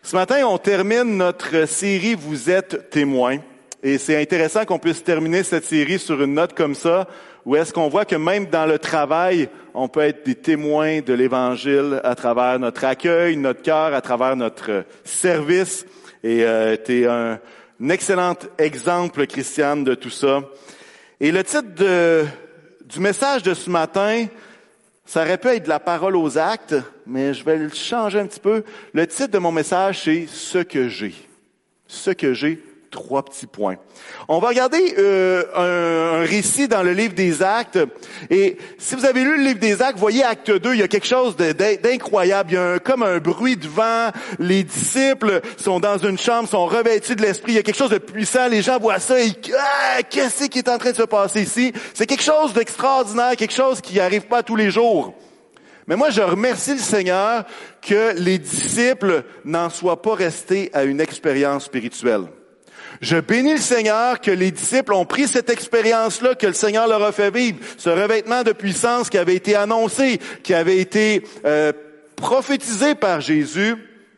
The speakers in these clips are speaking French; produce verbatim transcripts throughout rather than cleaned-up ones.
Ce matin, on termine notre série « Vous êtes témoins ». Et c'est intéressant qu'on puisse terminer cette série sur une note comme ça, où est-ce qu'on voit que même dans le travail, on peut être des témoins de l'Évangile à travers notre accueil, notre cœur, à travers notre service. Et euh, tu es un, un excellent exemple, Christiane, de tout ça. Et le titre de, du message de ce matin, ça aurait pu être de la parole aux actes, mais je vais le changer un petit peu. Le titre de mon message, c'est « Ce que j'ai ». Ce que j'ai, trois petits points. On va regarder euh, un, un récit dans le livre des Actes. Et si vous avez lu le livre des Actes, voyez Acte deux, il y a quelque chose de, d'incroyable. Il y a un, comme un bruit de vent. Les disciples sont dans une chambre, sont revêtus de l'Esprit. Il y a quelque chose de puissant. Les gens voient ça et ah, qu'est-ce qui est en train de se passer ici? C'est quelque chose d'extraordinaire, quelque chose qui n'arrive pas tous les jours. Mais moi, je remercie le Seigneur que les disciples n'en soient pas restés à une expérience spirituelle. Je bénis le Seigneur que les disciples ont pris cette expérience-là que le Seigneur leur a fait vivre, ce revêtement de puissance qui avait été annoncé, qui avait été euh, prophétisé par Jésus,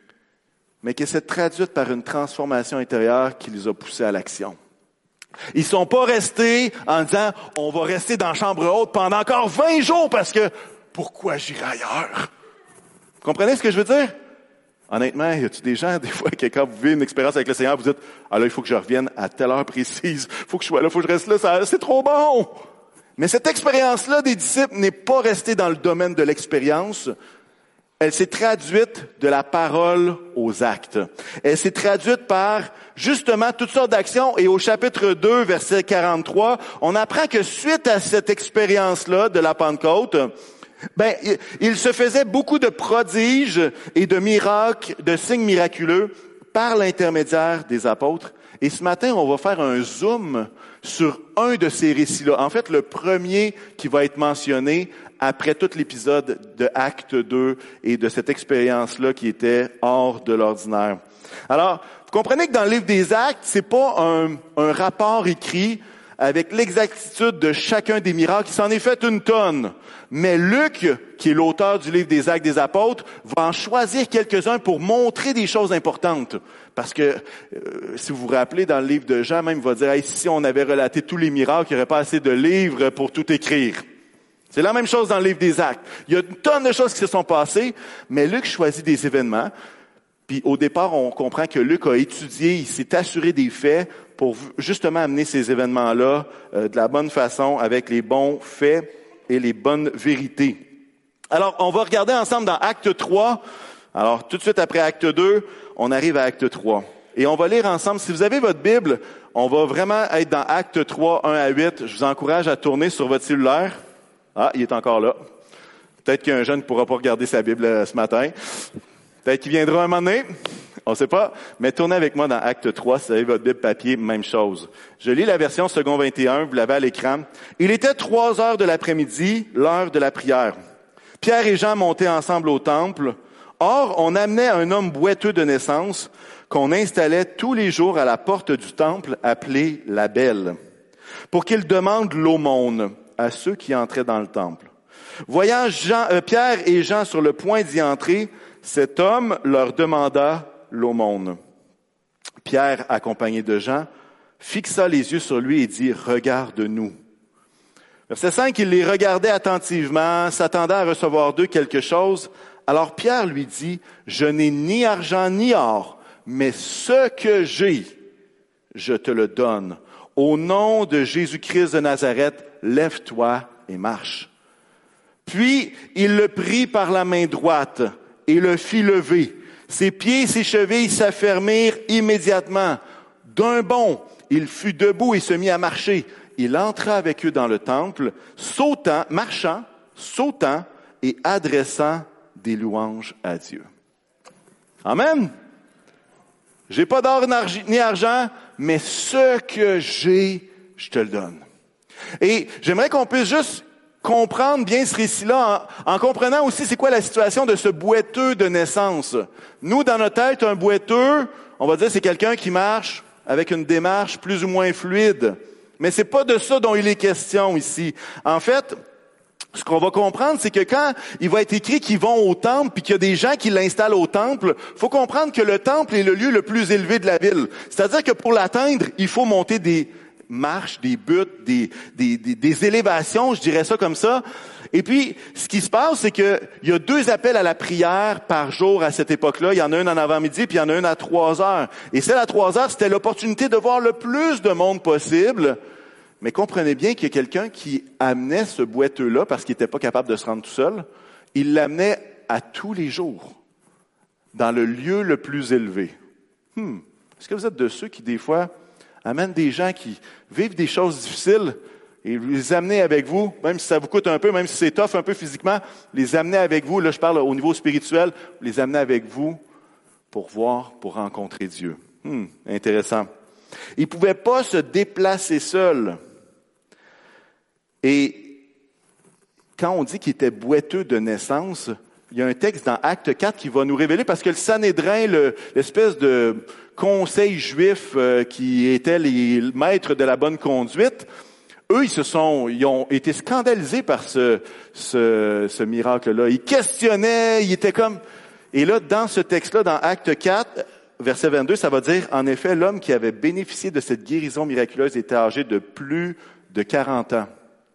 mais qui s'est traduite par une transformation intérieure qui les a poussés à l'action. Ils sont pas restés en disant « on va rester dans la chambre haute pendant encore vingt jours parce que pourquoi j'irai ailleurs? » Vous comprenez ce que je veux dire? Honnêtement, y a-t-il des gens, des fois, que quand vous vivez une expérience avec le Seigneur, vous dites « ah là, il faut que je revienne à telle heure précise, il faut que je sois là, il faut que je reste là, ça, c'est trop bon! » Mais cette expérience-là des disciples n'est pas restée dans le domaine de l'expérience. Elle s'est traduite de la parole aux actes. Elle s'est traduite par, justement, toutes sortes d'actions. Et au chapitre deux, verset quarante-trois, on apprend que suite à cette expérience-là de la Pentecôte, ben, il se faisait beaucoup de prodiges et de miracles, de signes miraculeux par l'intermédiaire des apôtres. Et ce matin, on va faire un zoom sur un de ces récits-là. En fait, le premier qui va être mentionné après tout l'épisode de Acte deux et de cette expérience-là qui était hors de l'ordinaire. Alors, vous comprenez que dans le livre des Actes, c'est pas un, un rapport écrit avec l'exactitude de chacun des miracles. Il s'en est fait une tonne. Mais Luc, qui est l'auteur du livre des Actes des Apôtres, va en choisir quelques-uns pour montrer des choses importantes. Parce que, euh, si vous vous rappelez, dans le livre de Jean, même, il va dire hey, « si on avait relaté tous les miracles, il n'y aurait pas assez de livres pour tout écrire. » C'est la même chose dans le livre des Actes. Il y a une tonne de choses qui se sont passées, mais Luc choisit des événements. Puis au départ, on comprend que Luc a étudié, il s'est assuré des faits pour justement amener ces événements-là euh, de la bonne façon, avec les bons faits et les bonnes vérités. Alors, on va regarder ensemble dans Acte trois. Alors, tout de suite après Acte deux, on arrive à Acte trois. Et on va lire ensemble. Si vous avez votre Bible, on va vraiment être dans Acte trois, un à huit. Je vous encourage à tourner sur votre cellulaire. Ah, il est encore là. Peut-être qu'un jeune ne pourra pas regarder sa Bible euh, ce matin. Peut-être qu'il viendra un moment donné. On ne sait pas. Mais tournez avec moi dans Acte trois. Si vous avez votre Bible papier, même chose. Je lis la version second vingt et un. Vous l'avez à l'écran. Il était trois heures de l'après-midi, l'heure de la prière. Pierre et Jean montaient ensemble au temple. Or, on amenait un homme boiteux de naissance qu'on installait tous les jours à la porte du temple appelé la Belle, pour qu'il demande l'aumône à ceux qui entraient dans le temple. Voyant Jean, euh, Pierre et Jean sur le point d'y entrer, cet homme leur demanda l'aumône. Pierre, accompagné de Jean, fixa les yeux sur lui et dit « Regarde-nous ». Verset cinq, il les regardait attentivement, s'attendait à recevoir d'eux quelque chose. Alors Pierre lui dit « Je n'ai ni argent ni or, mais ce que j'ai, je te le donne. Au nom de Jésus-Christ de Nazareth, lève-toi et marche. » Puis il le prit par la main droite et le fit lever. Ses pieds et ses chevilles s'affermirent immédiatement. D'un bond, il fut debout et se mit à marcher. Il entra avec eux dans le temple, sautant, marchant, sautant et adressant des louanges à Dieu. Amen. J'ai pas d'or ni argent, mais ce que j'ai, je te le donne. Et j'aimerais qu'on puisse juste comprendre bien ce récit-là en, en comprenant aussi c'est quoi la situation de ce boiteux de naissance. Nous, dans notre tête, un boiteux, on va dire c'est quelqu'un qui marche avec une démarche plus ou moins fluide. Mais c'est pas de ça dont il est question ici. En fait, Ce qu'on va comprendre, c'est que quand il va être écrit qu'ils vont au temple, puis qu'il y a des gens qui l'installent au temple, faut comprendre que le temple est le lieu le plus élevé de la ville. C'est-à-dire que pour l'atteindre, il faut monter des marches, des buttes, des, des, des, des élévations, je dirais ça comme ça. Et puis, ce qui se passe, c'est qu'il y a deux appels à la prière par jour à cette époque-là. Il y en a un en avant-midi, puis il y en a un à trois heures. Et celle à trois heures, c'était l'opportunité de voir le plus de monde possible. Mais comprenez bien qu'il y a quelqu'un qui amenait ce boiteux-là, parce qu'il n'était pas capable de se rendre tout seul, il l'amenait à tous les jours, dans le lieu le plus élevé. Hmm. Est-ce que vous êtes de ceux qui, des fois, amènent des gens qui vivent des choses difficiles et vous les amenez avec vous, même si ça vous coûte un peu, même si c'est tough un peu physiquement, les amener avec vous, là je parle au niveau spirituel, les amener avec vous pour voir, pour rencontrer Dieu. Hmm. Intéressant. Il ne pouvait pas se déplacer seul. Et quand on dit qu'il était boiteux de naissance, il y a un texte dans Acte quatre qui va nous révéler, parce que le Sanhédrin, le, l'espèce de conseil juif euh, qui était les maîtres de la bonne conduite, eux, ils se sont, ils ont été scandalisés par ce, ce, ce miracle-là. Ils questionnaient, ils étaient comme... Et là, dans ce texte-là, dans Acte quatre, verset vingt-deux, ça va dire, en effet, l'homme qui avait bénéficié de cette guérison miraculeuse était âgé de plus de quarante ans.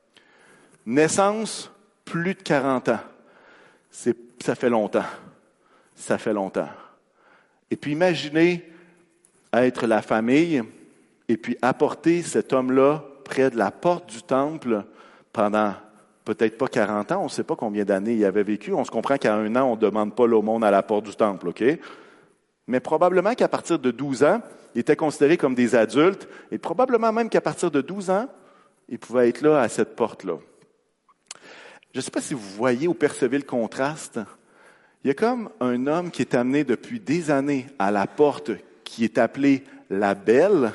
Naissance, plus de quarante ans. C'est, ça fait longtemps. Ça fait longtemps. Et puis imaginez être la famille et puis apporter cet homme-là près de la porte du temple pendant peut-être pas quarante ans, on ne sait pas combien d'années il avait vécu. On se comprend qu'à un an, on ne demande pas l'aumône à la porte du temple, OK? Mais probablement qu'à partir de douze ans, ils étaient considérés comme des adultes et probablement même qu'à partir de douze ans, ils pouvaient être là à cette porte-là. Je ne sais pas si vous voyez ou percevez le contraste. Il y a comme un homme qui est amené depuis des années à la porte qui est appelée la belle,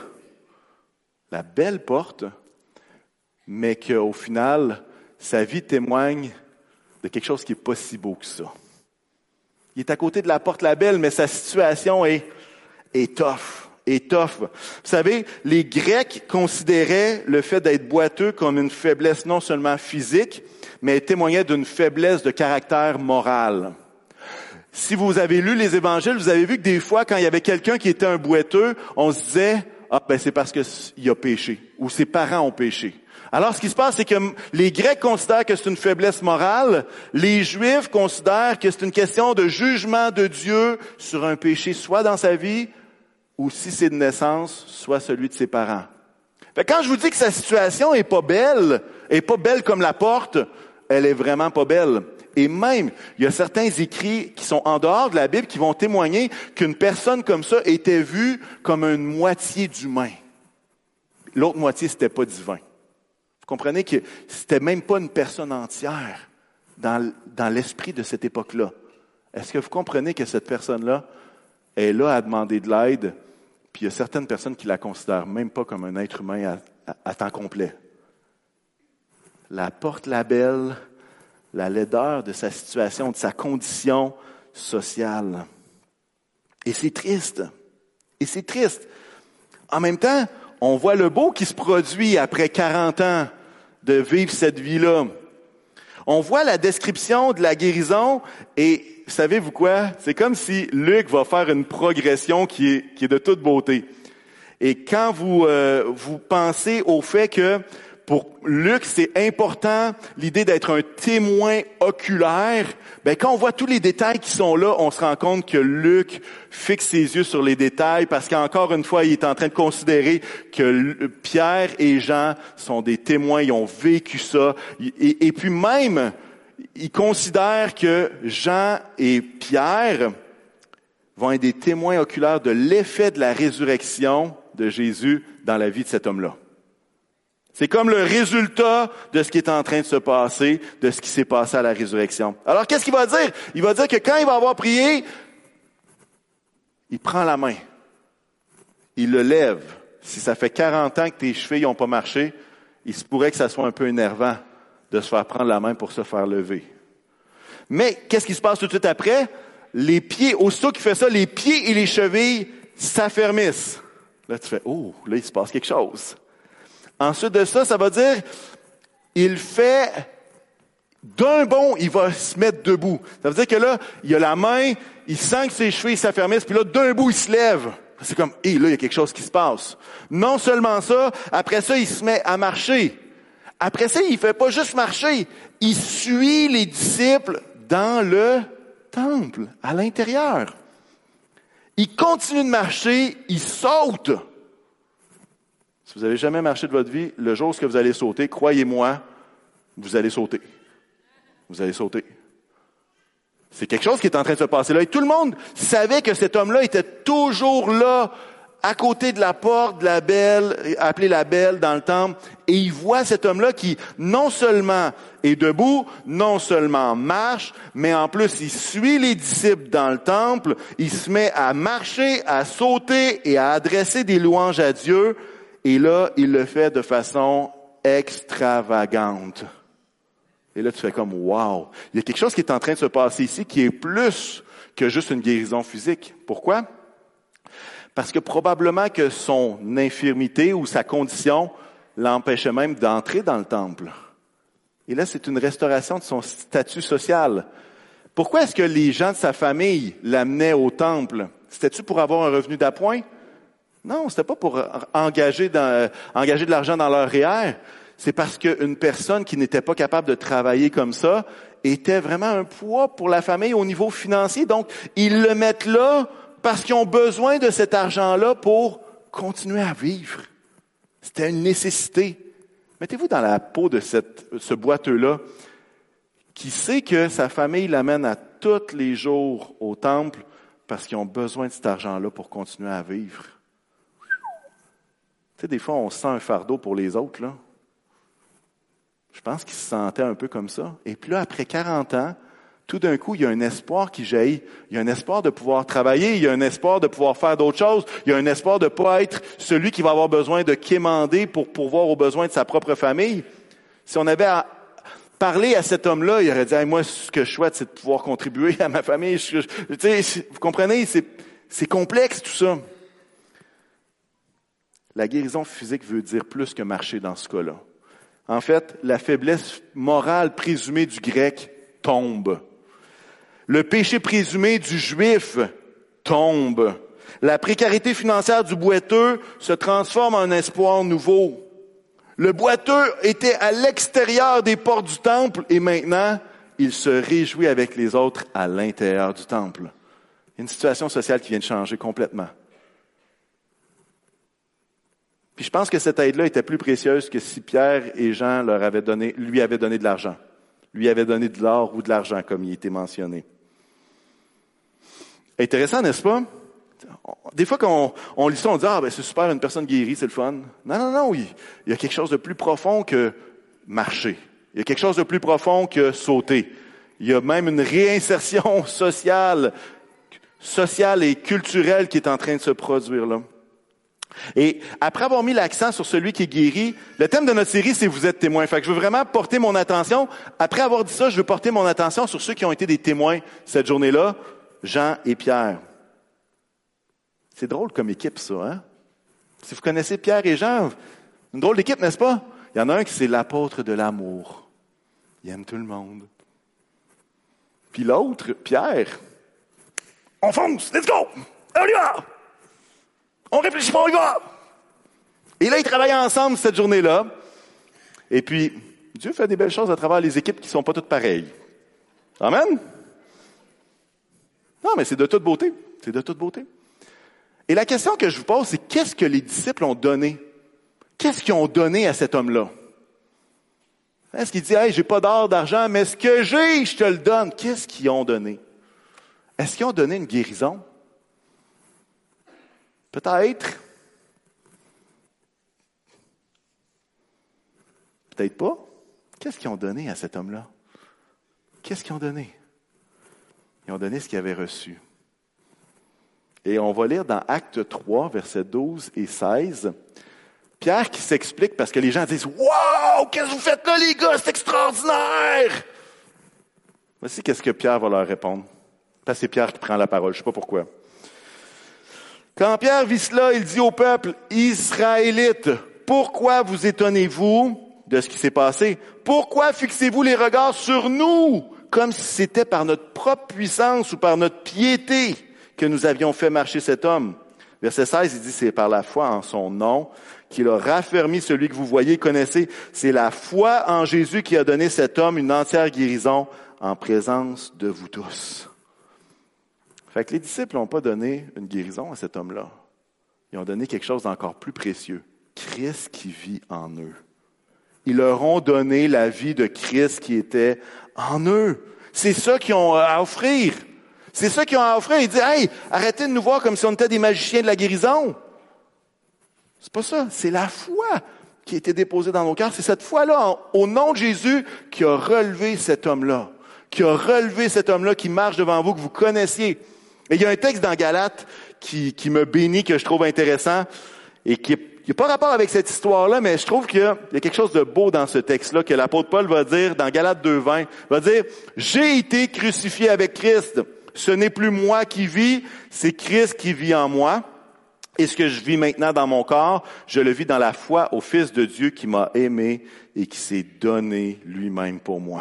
la belle porte, mais qu'au final, sa vie témoigne de quelque chose qui n'est pas si beau que ça. Il est à côté de la porte la belle, mais sa situation est, est tough. Est tough. Vous savez, les Grecs considéraient le fait d'être boiteux comme une faiblesse non seulement physique, mais témoignait d'une faiblesse de caractère moral. Si vous avez lu les évangiles, vous avez vu que des fois, quand il y avait quelqu'un qui était un boiteux, on se disait, ah ben c'est parce qu'il a péché, ou ses parents ont péché. Alors, ce qui se passe, c'est que les Grecs considèrent que c'est une faiblesse morale, les Juifs considèrent que c'est une question de jugement de Dieu sur un péché, soit dans sa vie, ou si c'est de naissance, soit celui de ses parents. Fait que quand je vous dis que sa situation est pas belle, est pas belle comme la porte, elle est vraiment pas belle. Et même, il y a certains écrits qui sont en dehors de la Bible qui vont témoigner qu'une personne comme ça était vue comme une moitié d'humain. L'autre moitié, c'était pas divin. Vous comprenez que c'était même pas une personne entière dans, dans l'esprit de cette époque-là. Est-ce que vous comprenez que cette personne-là est là à demander de l'aide, puis il y a certaines personnes qui la considèrent même pas comme un être humain à, à, à temps complet. La porte la belle, la laideur de sa situation, de sa condition sociale. Et c'est triste. Et c'est triste. En même temps, on voit le beau qui se produit après quarante ans de vivre cette vie-là. On voit la description de la guérison et savez-vous quoi? C'est comme si Luc va faire une progression qui est, qui est de toute beauté. Et quand vous, euh, vous pensez au fait que pour Luc, c'est important l'idée d'être un témoin oculaire, ben quand on voit tous les détails qui sont là, on se rend compte que Luc fixe ses yeux sur les détails parce qu'encore une fois, il est en train de considérer que Pierre et Jean sont des témoins, ils ont vécu ça. Et, et puis même, il considère que Jean et Pierre vont être des témoins oculaires de l'effet de la résurrection de Jésus dans la vie de cet homme-là. C'est comme le résultat de ce qui est en train de se passer, de ce qui s'est passé à la résurrection. Alors, qu'est-ce qu'il va dire? Il va dire que quand il va avoir prié, il prend la main, il le lève. Si ça fait quarante ans que tes chevilles n'ont pas marché, il se pourrait que ça soit un peu énervant de se faire prendre la main pour se faire lever. Mais, qu'est-ce qui se passe tout de suite après? Les pieds, aussitôt qu'il fait ça, les pieds et les chevilles s'affermissent. Là, tu fais, oh, là, il se passe quelque chose. Ensuite de ça, ça va dire, il fait, D'un bond, il va se mettre debout. Ça veut dire que là, il a la main, il sent que ses chevilles s'affermissent, puis là, d'un bout, il se lève. C'est comme, hé, là, il y a quelque chose qui se passe. Non seulement ça, après ça, il se met à marcher. Après ça, il fait pas juste marcher, il suit les disciples dans le temple, à l'intérieur. Il continue de marcher, il saute. Si vous n'avez jamais marché de votre vie, le jour où vous allez sauter, croyez-moi, vous allez sauter. Vous allez sauter. C'est quelque chose qui est en train de se passer là. Et tout le monde savait que cet homme-là était toujours là, à côté de la porte de la belle, appelée la belle dans le temple. Et il voit cet homme-là qui, non seulement est debout, non seulement marche, mais en plus, il suit les disciples dans le temple. Il se met à marcher, à sauter et à adresser des louanges à Dieu. Et là, il le fait de façon extravagante. Et là, tu fais comme, wow! Il y a quelque chose qui est en train de se passer ici qui est plus que juste une guérison physique. Pourquoi? Parce que probablement que son infirmité ou sa condition l'empêchait même d'entrer dans le temple. Et là, c'est une restauration de son statut social. Pourquoi est-ce que les gens de sa famille l'amenaient au temple? C'était-tu pour avoir un revenu d'appoint? Non, c'était pas pour engager, dans, engager de l'argent dans leur R E E R. C'est parce qu'une personne qui n'était pas capable de travailler comme ça était vraiment un poids pour la famille au niveau financier. Donc, ils le mettent là parce qu'ils ont besoin de cet argent-là pour continuer à vivre. C'était une nécessité. Mettez-vous dans la peau de cette, ce boiteux-là qui sait que sa famille l'amène à tous les jours au temple parce qu'ils ont besoin de cet argent-là pour continuer à vivre. Tu sais, des fois, on sent un fardeau pour les autres, là. Je pense qu'il se sentait un peu comme ça. Et puis là, après quarante ans, tout d'un coup, il y a un espoir qui jaillit. Il y a un espoir de pouvoir travailler, il y a un espoir de pouvoir faire d'autres choses, il y a un espoir de ne pas être celui qui va avoir besoin de quémander pour pourvoir aux besoins de sa propre famille. Si on avait à parler à cet homme-là, il aurait dit hey, « Moi, ce que je souhaite, c'est de pouvoir contribuer à ma famille. Je, je, » Tu sais, vous comprenez, c'est, c'est complexe tout ça. La guérison physique veut dire plus que marcher dans ce cas-là. En fait, la faiblesse morale présumée du grec tombe. Le péché présumé du juif tombe. La précarité financière du boiteux se transforme en un espoir nouveau. Le boiteux était à l'extérieur des portes du temple et maintenant, il se réjouit avec les autres à l'intérieur du temple. Il y a une situation sociale qui vient de changer complètement. Puis je pense que cette aide-là était plus précieuse que si Pierre et Jean leur avaient donné, lui avaient donné de l'argent. Lui avaient donné de l'or ou de l'argent, comme il était mentionné. Intéressant, n'est-ce pas? Des fois, quand on, on lit ça, on dit « Ah, ben c'est super, une personne guérie, c'est le fun. » Non, non, non, il, il y a quelque chose de plus profond que marcher. Il y a quelque chose de plus profond que sauter. Il y a même une réinsertion sociale, sociale et culturelle qui est en train de se produire là. Et après avoir mis l'accent sur celui qui est guéri, le thème de notre série, c'est « Vous êtes témoins ». Fait que je veux vraiment porter mon attention. Après avoir dit ça, je veux porter mon attention sur ceux qui ont été des témoins cette journée-là, Jean et Pierre. C'est drôle comme équipe, ça, hein? Si vous connaissez Pierre et Jean, une drôle d'équipe, n'est-ce pas? Il y en a un qui c'est l'apôtre de l'amour. Il aime tout le monde. Puis l'autre, Pierre, on fonce, let's go! On y va! On réfléchit pas, on y va! Et là, ils travaillent ensemble cette journée-là. Et puis, Dieu fait des belles choses à travers les équipes qui ne sont pas toutes pareilles. Amen? Non, mais c'est de toute beauté. C'est de toute beauté. Et la question que je vous pose, c'est qu'est-ce que les disciples ont donné? Qu'est-ce qu'ils ont donné à cet homme-là? Est-ce qu'il dit, hey, j'ai pas d'or, d'argent, mais ce que j'ai, je te le donne. Qu'est-ce qu'ils ont donné? Est-ce qu'ils ont donné une guérison? Peut-être. Peut-être pas. Qu'est-ce qu'ils ont donné à cet homme-là? Qu'est-ce qu'ils ont donné? Ils ont donné ce qu'ils avaient reçu. Et on va lire dans Actes trois, versets douze et seize, Pierre qui s'explique parce que les gens disent « Wow! Qu'est-ce que vous faites là, les gars? C'est extraordinaire! » Voici qu'est-ce que Pierre va leur répondre. Parce que c'est Pierre qui prend la parole, je ne sais pas pourquoi. Quand Pierre vit cela, il dit au peuple « Israélites, pourquoi vous étonnez-vous de ce qui s'est passé. Pourquoi fixez-vous les regards sur nous, comme si c'était par notre propre puissance ou par notre piété que nous avions fait marcher cet homme? Verset seize, il dit, c'est par la foi en son nom qu'il a raffermi celui que vous voyez et connaissez. C'est la foi en Jésus qui a donné cet homme une entière guérison en présence de vous tous. Fait que les disciples n'ont pas donné une guérison à cet homme-là. Ils ont donné quelque chose d'encore plus précieux. Christ qui vit en eux. Ils leur ont donné la vie de Christ qui était en eux. C'est ça qu'ils ont à offrir. C'est ça qu'ils ont à offrir. Ils disent, hey, arrêtez de nous voir comme si on était des magiciens de la guérison. C'est pas ça. C'est la foi qui a été déposée dans nos cœurs. C'est cette foi-là, au nom de Jésus, qui a relevé cet homme-là. Qui a relevé cet homme-là qui marche devant vous, que vous connaissiez. Et il y a un texte dans Galates qui, qui me bénit, que je trouve intéressant, et qui n'a pas rapport avec cette histoire-là, mais je trouve qu'il y a, il y a quelque chose de beau dans ce texte-là, que l'apôtre Paul va dire dans Galates deux vingt, va dire, « J'ai été crucifié avec Christ. Ce n'est plus moi qui vis, c'est Christ qui vit en moi. Et ce que je vis maintenant dans mon corps, je le vis dans la foi au Fils de Dieu qui m'a aimé et qui s'est donné lui-même pour moi. »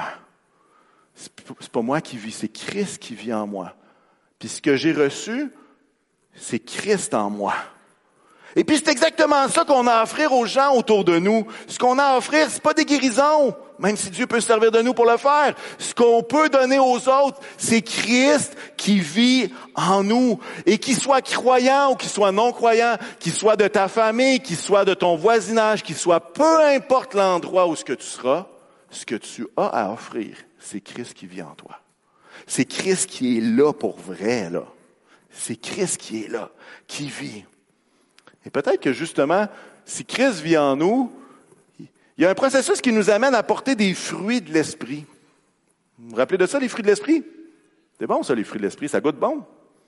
C'est pas moi qui vis, c'est Christ qui vit en moi. Puis ce que j'ai reçu, c'est Christ en moi. Et puis c'est exactement ça qu'on a à offrir aux gens autour de nous. Ce qu'on a à offrir, c'est pas des guérisons, même si Dieu peut se servir de nous pour le faire. Ce qu'on peut donner aux autres, c'est Christ qui vit en nous. Et qu'il soit croyant ou qu'il soit non-croyant, qu'il soit de ta famille, qu'il soit de ton voisinage, qu'il soit peu importe l'endroit où ce que tu seras, ce que tu as à offrir, c'est Christ qui vit en toi. C'est Christ qui est là pour vrai, là. C'est Christ qui est là, qui vit. Et peut-être que justement, si Christ vit en nous, il y a un processus qui nous amène à porter des fruits de l'esprit. Vous vous rappelez de ça, les fruits de l'esprit? C'est bon ça, les fruits de l'esprit, ça goûte bon.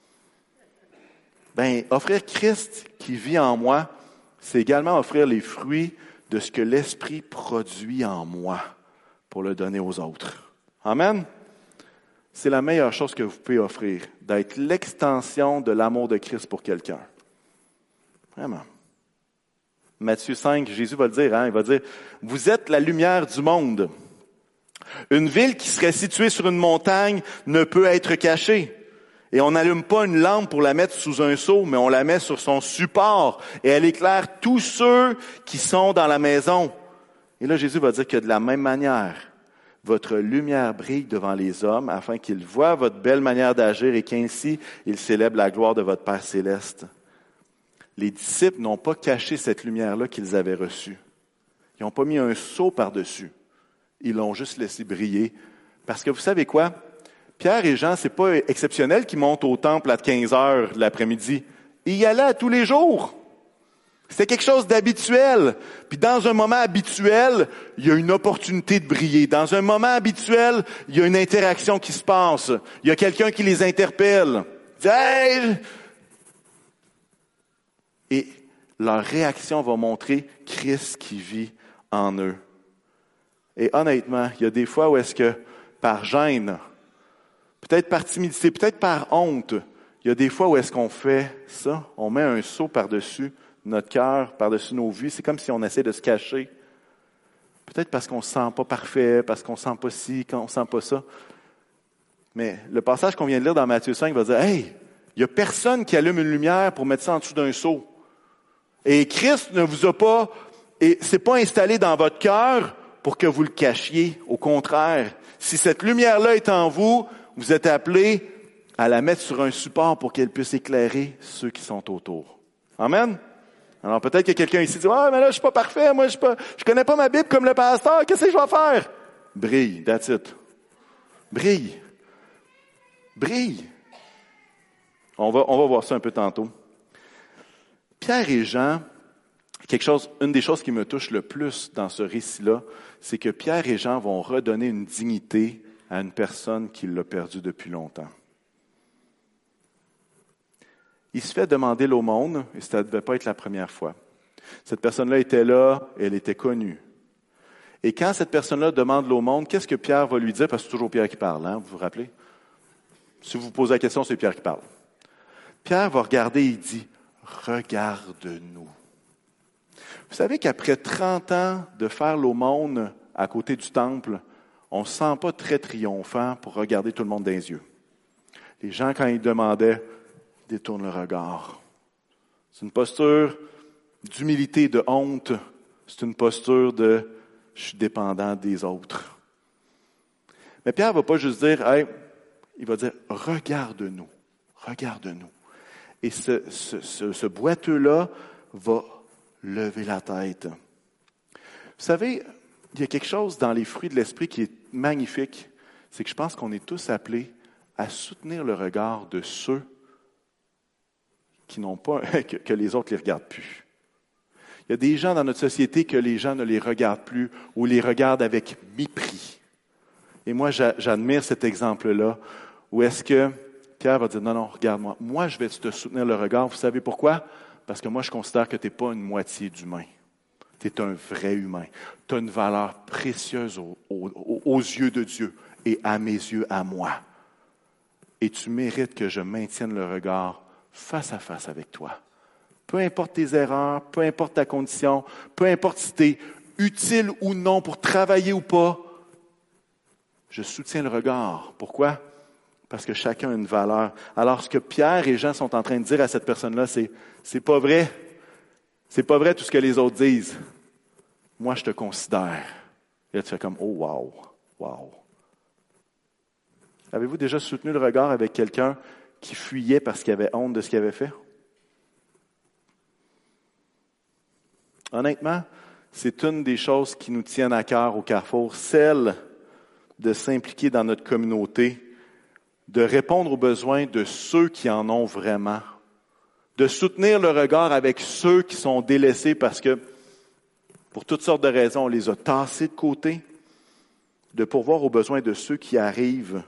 Ben, offrir Christ qui vit en moi, c'est également offrir les fruits de ce que l'esprit produit en moi pour le donner aux autres. Amen? C'est la meilleure chose que vous pouvez offrir, d'être l'extension de l'amour de Christ pour quelqu'un. Vraiment. Matthieu cinq, Jésus va le dire, hein, il va dire, « Vous êtes la lumière du monde. Une ville qui serait située sur une montagne ne peut être cachée. Et on n'allume pas une lampe pour la mettre sous un seau, mais on la met sur son support, et elle éclaire tous ceux qui sont dans la maison. » Et là, Jésus va dire que de la même manière, votre lumière brille devant les hommes, afin qu'ils voient votre belle manière d'agir et qu'ainsi ils célèbrent la gloire de votre Père céleste. Les disciples n'ont pas caché cette lumière-là qu'ils avaient reçue. Ils n'ont pas mis un seau par-dessus. Ils l'ont juste laissé briller. Parce que vous savez quoi? Pierre et Jean, c'est pas exceptionnel qu'ils montent au temple à quinze heures de l'après-midi. Ils y allaient tous les jours. C'était quelque chose d'habituel. Puis dans un moment habituel, il y a une opportunité de briller. Dans un moment habituel, il y a une interaction qui se passe. Il y a quelqu'un qui les interpelle. Il dit, hey! Et leur réaction va montrer Christ qui vit en eux. Et honnêtement, il y a des fois où est-ce que, par gêne, peut-être par timidité, peut-être par honte, il y a des fois où est-ce qu'on fait ça, on met un seau par-dessus notre cœur, par-dessus nos vies, c'est comme si on essaie de se cacher. Peut-être parce qu'on ne se sent pas parfait, parce qu'on ne se sent pas ci, qu'on ne sent pas ça. Mais le passage qu'on vient de lire dans Matthieu cinq va dire, « Hey, il n'y a personne qui allume une lumière pour mettre ça en dessous d'un seau. Et Christ ne vous a pas, et c'est pas installé dans votre cœur pour que vous le cachiez. Au contraire, si cette lumière-là est en vous, vous êtes appelés à la mettre sur un support pour qu'elle puisse éclairer ceux qui sont autour. » Amen? Alors peut-être que quelqu'un ici dit, « Ah, mais là, je suis pas parfait, moi, je suis pas, je connais pas ma Bible comme le pasteur, qu'est-ce que je vais faire? » Brille, that's it. Brille. Brille. On va, on va voir ça un peu tantôt. Pierre et Jean, quelque chose, une des choses qui me touche le plus dans ce récit-là, c'est que Pierre et Jean vont redonner une dignité à une personne qui l'a perdue depuis longtemps. Il se fait demander l'aumône, et ça ne devait pas être la première fois. Cette personne-là était là, elle était connue. Et quand cette personne-là demande l'aumône, qu'est-ce que Pierre va lui dire? Parce que c'est toujours Pierre qui parle, hein, vous vous rappelez? Si vous vous posez la question, c'est Pierre qui parle. Pierre va regarder et il dit, « Regarde-nous. » Vous savez qu'après trente ans de faire l'aumône à côté du temple, on ne se sent pas très triomphant pour regarder tout le monde dans les yeux. Les gens, quand ils demandaient, détournent le regard. C'est une posture d'humilité, de honte. C'est une posture de « je suis dépendant des autres ». Mais Pierre ne va pas juste dire « hey », il va dire « regarde-nous, regarde-nous ». Et ce, ce, ce, ce boiteux-là va lever la tête. Vous savez, il y a quelque chose dans les fruits de l'esprit qui est magnifique. C'est que je pense qu'on est tous appelés à soutenir le regard de ceux qui n'ont pas, que, que les autres ne les regardent plus. Il y a des gens dans notre société que les gens ne les regardent plus ou les regardent avec mépris. Et moi, j'admire cet exemple-là, où est-ce que Pierre va dire, non, non, regarde-moi, moi je vais te soutenir le regard. Vous savez pourquoi? Parce que moi, je considère que tu n'es pas une moitié d'humain. Tu es un vrai humain. Tu as une valeur précieuse aux, aux, aux yeux de Dieu et à mes yeux, à moi. Et tu mérites que je maintienne le regard face à face avec toi. Peu importe tes erreurs, peu importe ta condition, peu importe si tu es utile ou non pour travailler ou pas, je soutiens le regard. Pourquoi? Parce que chacun a une valeur. Alors, ce que Pierre et Jean sont en train de dire à cette personne-là, c'est « c'est pas vrai. C'est pas vrai tout ce que les autres disent. Moi, je te considère. » Et là, tu fais comme « oh, wow, wow. » Avez-vous déjà soutenu le regard avec quelqu'un qui fuyait parce qu'il avait honte de ce qu'il avait fait? Honnêtement, c'est une des choses qui nous tiennent à cœur au Carrefour, celle de s'impliquer dans notre communauté, de répondre aux besoins de ceux qui en ont vraiment, de soutenir le regard avec ceux qui sont délaissés parce que, pour toutes sortes de raisons, on les a tassés de côté, de pourvoir aux besoins de ceux qui arrivent.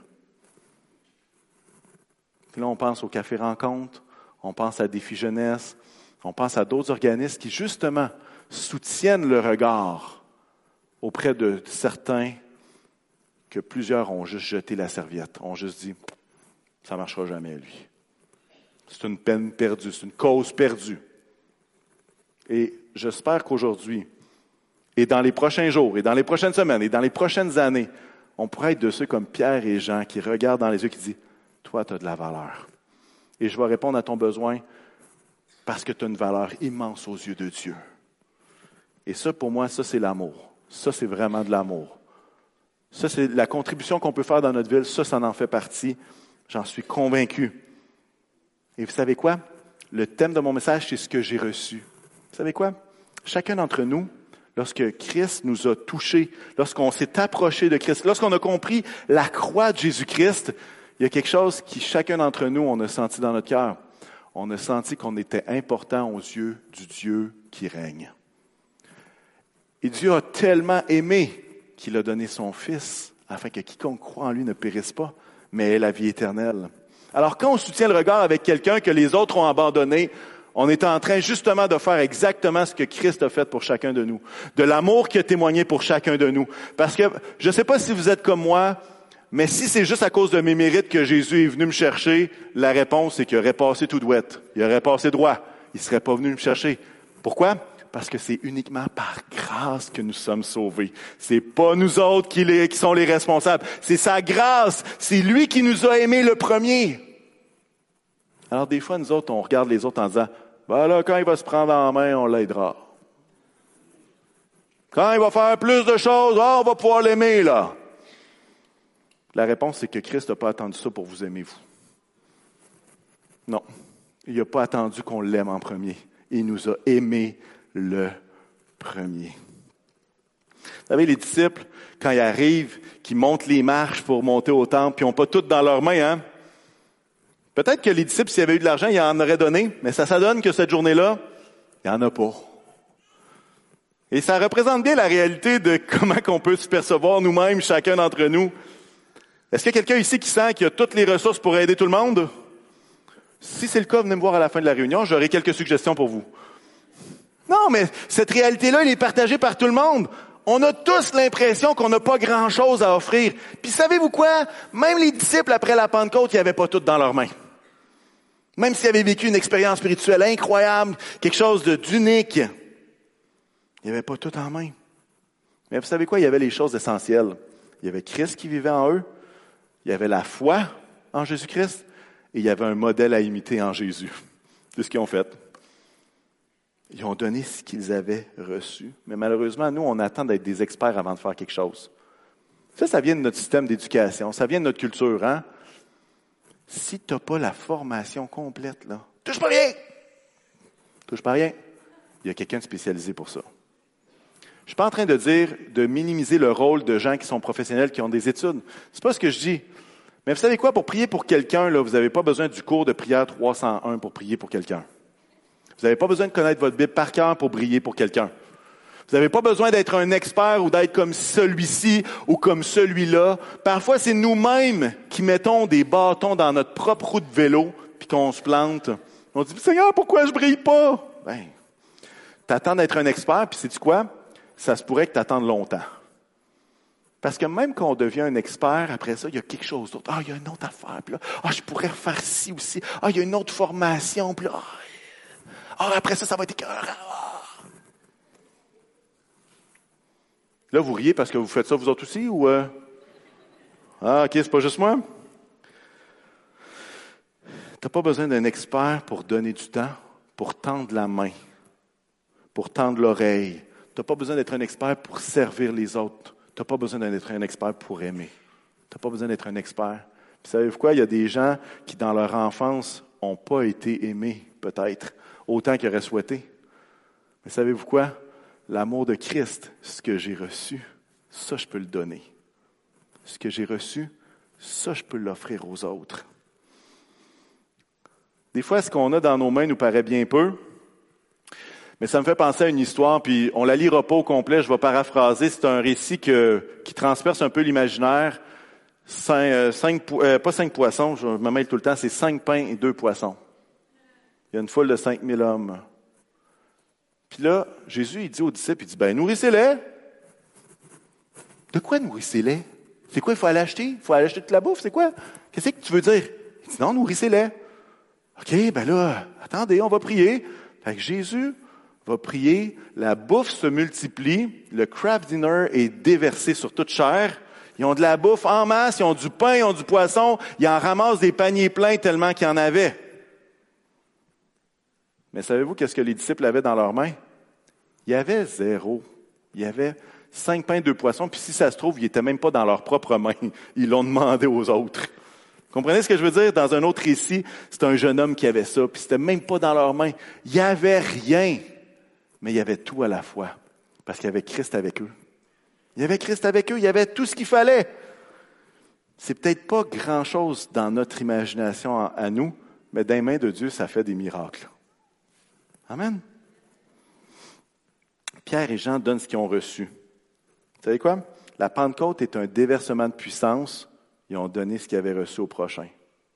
Puis là, on pense au Café Rencontre, on pense à Défi Jeunesse, on pense à d'autres organismes qui, justement, soutiennent le regard auprès de certains que plusieurs ont juste jeté la serviette, ont juste dit « ça ne marchera jamais, lui ». C'est une peine perdue, c'est une cause perdue. Et j'espère qu'aujourd'hui, et dans les prochains jours, et dans les prochaines semaines, et dans les prochaines années, on pourra être de ceux comme Pierre et Jean qui regardent dans les yeux et qui disent « toi, tu as de la valeur. Et je vais répondre à ton besoin parce que tu as une valeur immense aux yeux de Dieu. » Et ça, pour moi, ça, c'est l'amour. Ça, c'est vraiment de l'amour. Ça, c'est la contribution qu'on peut faire dans notre ville. Ça, ça en fait partie. J'en suis convaincu. Et vous savez quoi? Le thème de mon message, c'est ce que j'ai reçu. Vous savez quoi? Chacun d'entre nous, lorsque Christ nous a touchés, lorsqu'on s'est approché de Christ, lorsqu'on a compris la croix de Jésus-Christ, il y a quelque chose qui, chacun d'entre nous, on a senti dans notre cœur. On a senti qu'on était important aux yeux du Dieu qui règne. Et Dieu a tellement aimé qu'il a donné son Fils, afin que quiconque croit en lui ne périsse pas, mais ait la vie éternelle. Alors, quand on soutient le regard avec quelqu'un que les autres ont abandonné, on est en train justement de faire exactement ce que Christ a fait pour chacun de nous. De l'amour qu'il a témoigné pour chacun de nous. Parce que, je ne sais pas si vous êtes comme moi, mais si c'est juste à cause de mes mérites que Jésus est venu me chercher, la réponse c'est qu'il aurait passé tout douette. Il aurait passé droit. Il ne serait pas venu me chercher. Pourquoi? Parce que c'est uniquement par grâce que nous sommes sauvés. C'est pas nous autres qui, les, qui sont les responsables. C'est sa grâce. C'est lui qui nous a aimés le premier. Alors des fois, nous autres, on regarde les autres en disant, ben là, quand il va se prendre en main, on l'aidera. Quand il va faire plus de choses, oh, on va pouvoir l'aimer, là. La réponse, c'est que Christ n'a pas attendu ça pour vous aimer, vous. Non. Il n'a pas attendu qu'on l'aime en premier. Il nous a aimés le premier. Vous savez, les disciples, quand ils arrivent, qui montent les marches pour monter au temple, puis ils n'ont pas tout dans leurs mains, hein? Peut-être que les disciples, s'il y avait eu de l'argent, ils en auraient donné, mais ça, ça donne que cette journée-là, il n'y en a pas. Et ça représente bien la réalité de comment on peut se percevoir nous-mêmes, chacun d'entre nous. Est-ce qu'il y a quelqu'un ici qui sent qu'il a toutes les ressources pour aider tout le monde? Si c'est le cas, venez me voir à la fin de la réunion, j'aurai quelques suggestions pour vous. Non, mais cette réalité-là, elle est partagée par tout le monde. On a tous l'impression qu'on n'a pas grand-chose à offrir. Puis savez-vous quoi? Même les disciples, après la Pentecôte, ils n'avaient pas tout dans leurs mains. Même s'ils avaient vécu une expérience spirituelle incroyable, quelque chose de, d'unique. Il n'y avait pas tout en main. Mais vous savez quoi? Il y avait les choses essentielles. Il y avait Christ qui vivait en eux. Il y avait la foi en Jésus-Christ. Et il y avait un modèle à imiter en Jésus. C'est ce qu'ils ont fait. Ils ont donné ce qu'ils avaient reçu. Mais malheureusement, nous, on attend d'être des experts avant de faire quelque chose. Ça, ça vient de notre système d'éducation. Ça vient de notre culture, hein? Si tu n'as pas la formation complète, là, touche pas rien! Touche pas rien. Il y a quelqu'un de spécialisé pour ça. Je suis pas en train de dire de minimiser le rôle de gens qui sont professionnels, qui ont des études. C'est pas ce que je dis. Mais vous savez quoi? Pour prier pour quelqu'un, là, vous n'avez pas besoin du cours de prière trois cent un pour prier pour quelqu'un. Vous n'avez pas besoin de connaître votre Bible par cœur pour prier pour quelqu'un. Vous n'avez pas besoin d'être un expert ou d'être comme celui-ci ou comme celui-là. Parfois, c'est nous-mêmes qui mettons des bâtons dans notre propre roue de vélo puis qu'on se plante. On dit, Seigneur, pourquoi je brille pas? Ben, t'attends d'être un expert, puis sais-tu quoi? Ça se pourrait que t'attendes longtemps. Parce que même quand on devient un expert, après ça, il y a quelque chose d'autre. Ah, il y a une autre affaire, puis là, ah, je pourrais refaire ci aussi. Ah, il y a une autre formation, puis là, ah, après ça, ça va être écœurant. Ah. Là, vous riez parce que vous faites ça vous autres aussi, ou... Euh... Ah, OK, c'est pas juste moi. T'as pas besoin d'un expert pour donner du temps, pour tendre la main, pour tendre l'oreille. Tu n'as pas besoin d'être un expert pour servir les autres. Tu n'as pas besoin d'être un expert pour aimer. Tu n'as pas besoin d'être un expert. Puis savez-vous quoi? Il y a des gens qui, dans leur enfance, n'ont pas été aimés, peut-être, autant qu'ils auraient souhaité. Mais savez-vous quoi? L'amour de Christ, ce que j'ai reçu, ça, je peux le donner. Ce que j'ai reçu, ça, je peux l'offrir aux autres. Des fois, ce qu'on a dans nos mains nous paraît bien peu. Mais ça me fait penser à une histoire, puis on la lira pas au complet, je vais paraphraser. C'est un récit que, qui transperce un peu l'imaginaire. Cinq, euh, cinq, euh, pas cinq poissons, je me mêle tout le temps, c'est cinq pains et deux poissons. Il y a une foule de cinq mille hommes. Puis là, Jésus, il dit aux disciples, il dit, ben nourrissez-les. De quoi nourrissez-les? C'est quoi, il faut aller acheter? Il faut aller acheter de la bouffe, c'est quoi? Qu'est-ce que tu veux dire? Il dit, non, nourrissez-les. OK, ben là, attendez, on va prier. Fait que Jésus va prier, la bouffe se multiplie, le craft dinner est déversé sur toute chair. Ils ont de la bouffe en masse, ils ont du pain, ils ont du poisson, ils en ramassent des paniers pleins tellement qu'il y en avait. Mais savez-vous qu'est-ce que les disciples avaient dans leurs mains? Il y avait zéro. Il y avait cinq pains, deux poissons, puis si ça se trouve, ils n'étaient même pas dans leurs propres mains. Ils l'ont demandé aux autres. Comprenez ce que je veux dire? Dans un autre récit, c'était un jeune homme qui avait ça, puis c'était même pas dans leurs mains. Il n'y avait rien. Mais il y avait tout à la fois, parce qu'il y avait Christ avec eux. Il y avait Christ avec eux, il y avait tout ce qu'il fallait. C'est peut-être pas grand-chose dans notre imagination à, à nous, mais dans les mains de Dieu, ça fait des miracles. Amen. Pierre et Jean donnent ce qu'ils ont reçu. Vous savez quoi? La Pentecôte est un déversement de puissance. Ils ont donné ce qu'ils avaient reçu au prochain.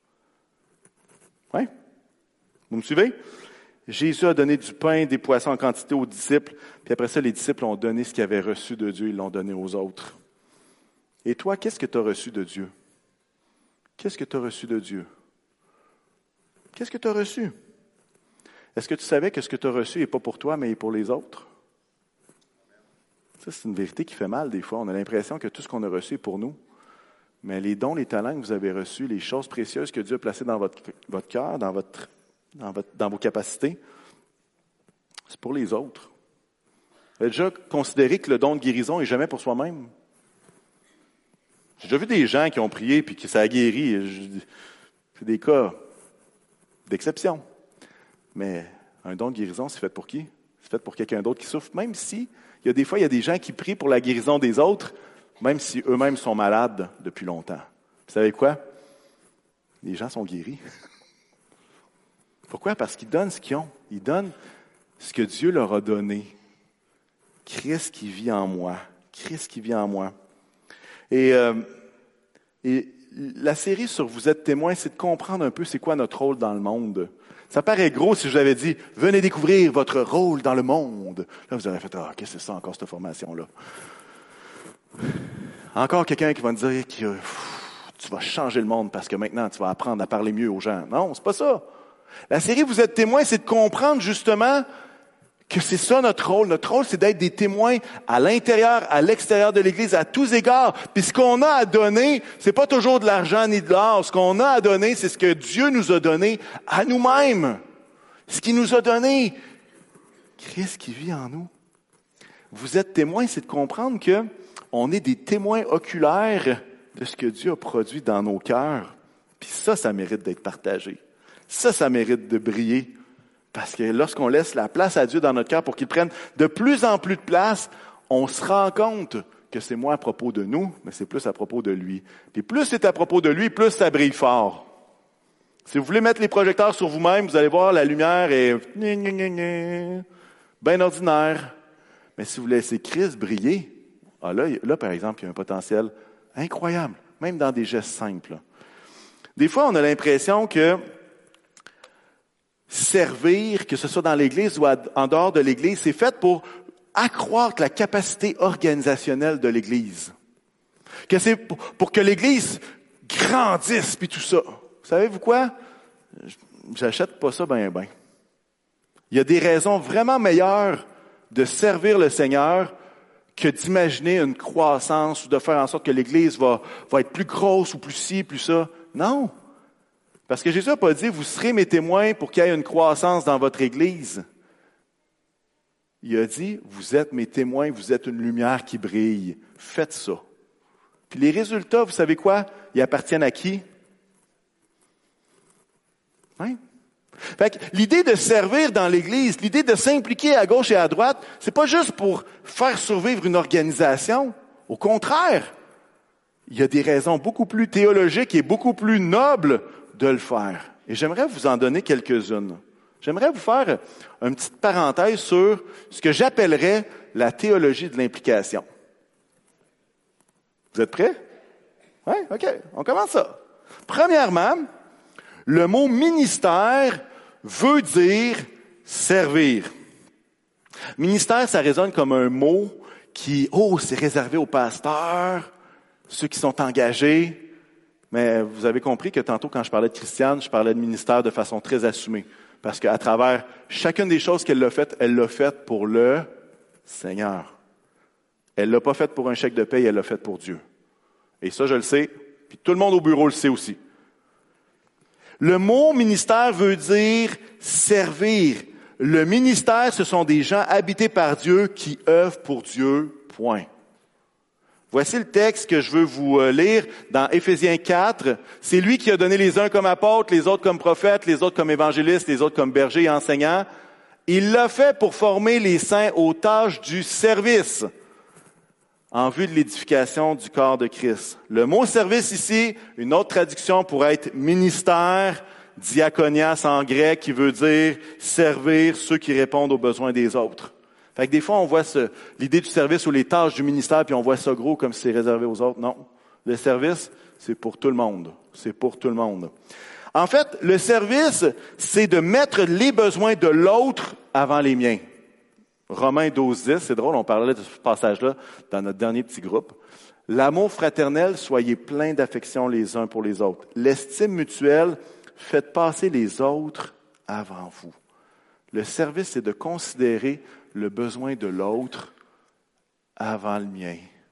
Oui? Vous me suivez? Jésus a donné du pain, des poissons en quantité aux disciples, puis après ça, les disciples ont donné ce qu'ils avaient reçu de Dieu, ils l'ont donné aux autres. Et toi, qu'est-ce que tu as reçu de Dieu? Qu'est-ce que tu as reçu de Dieu? Qu'est-ce que tu as reçu? Est-ce que tu savais que ce que tu as reçu n'est pas pour toi, mais pour les autres? Ça, c'est une vérité qui fait mal des fois. On a l'impression que tout ce qu'on a reçu est pour nous. Mais les dons, les talents que vous avez reçus, les choses précieuses que Dieu a placées dans votre, votre cœur, dans votre Dans, votre, dans vos capacités, c'est pour les autres. Vous avez déjà considéré que le don de guérison n'est jamais pour soi-même? J'ai déjà vu des gens qui ont prié et que ça a guéri. C'est des cas d'exception. Mais un don de guérison, c'est fait pour qui? C'est fait pour quelqu'un d'autre qui souffre. Même si, il y a des fois, il y a des gens qui prient pour la guérison des autres, même si eux-mêmes sont malades depuis longtemps. Vous savez quoi? Les gens sont guéris. Pourquoi? Parce qu'ils donnent ce qu'ils ont. Ils donnent ce que Dieu leur a donné. Christ qui vit en moi. Christ qui vit en moi. Et, euh, et la série sur Vous êtes témoin, c'est de comprendre un peu c'est quoi notre rôle dans le monde. Ça paraît gros si je vous avais dit « Venez découvrir votre rôle dans le monde ». Là, vous aurez fait « Ah, qu'est-ce que c'est ça encore, cette formation-là? » Encore quelqu'un qui va me dire que pff, tu vas changer le monde parce que maintenant, tu vas apprendre à parler mieux aux gens. Non, c'est pas ça. La série Vous êtes témoin, c'est de comprendre justement Que c'est ça notre rôle. Notre rôle, c'est d'être des témoins à l'intérieur, à l'extérieur de l'Église, à tous égards. Puis ce qu'on a à donner, c'est pas toujours de l'argent ni de l'or. Ce qu'on a à donner, c'est ce que Dieu nous a donné à nous-mêmes. Ce qu'il nous a donné. Christ qui vit en nous. Vous êtes témoins, c'est de comprendre que on est des témoins oculaires de ce que Dieu a produit dans nos cœurs. Puis ça, ça mérite d'être partagé. Ça, ça mérite de briller. Parce que lorsqu'on laisse la place à Dieu dans notre cœur pour qu'il prenne de plus en plus de place, on se rend compte que c'est moins à propos de nous, mais c'est plus à propos de lui. Puis plus c'est à propos de lui, plus ça brille fort. Si vous voulez mettre les projecteurs sur vous-même, vous allez voir la lumière est bien ordinaire. Mais si vous laissez Christ briller, ah là, là, par exemple, il y a un potentiel incroyable, même dans des gestes simples. Des fois, on a l'impression que servir, que ce soit dans l'Église ou en dehors de l'Église, c'est fait pour accroître la capacité organisationnelle de l'Église. Que c'est pour, pour que l'Église grandisse, puis tout ça. Savez-vous quoi? J'achète pas ça ben ben. Il y a des raisons vraiment meilleures de servir le Seigneur que d'imaginer une croissance ou de faire en sorte que l'Église va, va être plus grosse ou plus ci, plus ça. Non. Parce que Jésus n'a pas dit, vous serez mes témoins pour qu'il y ait une croissance dans votre Église. Il a dit, vous êtes mes témoins, vous êtes une lumière qui brille. Faites ça. Puis les résultats, vous savez quoi? Ils appartiennent à qui? Hein? Fait que l'idée de servir dans l'Église, l'idée de s'impliquer à gauche et à droite, c'est pas juste pour faire survivre une organisation. Au contraire, il y a des raisons beaucoup plus théologiques et beaucoup plus nobles de le faire. Et j'aimerais vous en donner quelques-unes. J'aimerais vous faire une petite parenthèse sur ce que j'appellerais la théologie de l'implication. Vous êtes prêts? Oui, OK. On commence ça. Premièrement, le mot ministère veut dire servir. Ministère, ça résonne comme un mot qui, oh, c'est réservé aux pasteurs, ceux qui sont engagés. Mais vous avez compris que tantôt, quand je parlais de Christiane, je parlais de ministère de façon très assumée. Parce qu'à travers chacune des choses qu'elle l'a faites, elle l'a faite pour le Seigneur. Elle l'a pas faite pour un chèque de paye, elle l'a faite pour Dieu. Et ça, je le sais, puis tout le monde au bureau le sait aussi. Le mot ministère veut dire servir. Le ministère, ce sont des gens habités par Dieu qui œuvrent pour Dieu, point. Voici le texte que je veux vous lire dans Éphésiens quatre. C'est lui qui a donné les uns comme apôtres, les autres comme prophètes, les autres comme évangélistes, les autres comme bergers et enseignants. Il l'a fait pour former les saints aux tâches du service, en vue de l'édification du corps de Christ. Le mot service ici, une autre traduction pourrait être ministère, diakonias en grec, qui veut dire servir ceux qui répondent aux besoins des autres. Fait que des fois, on voit ce, l'idée du service ou les tâches du ministère, puis on voit ça gros comme si c'est réservé aux autres. Non. Le service, c'est pour tout le monde. C'est pour tout le monde. En fait, le service, c'est de mettre les besoins de l'autre avant les miens. Romains douze, dix, c'est drôle, on parlait de ce passage-là dans notre dernier petit groupe. L'amour fraternel, soyez pleins d'affection les uns pour les autres. L'estime mutuelle, faites passer les autres avant vous. Le service, c'est de considérer le besoin de l'autre avant le mien.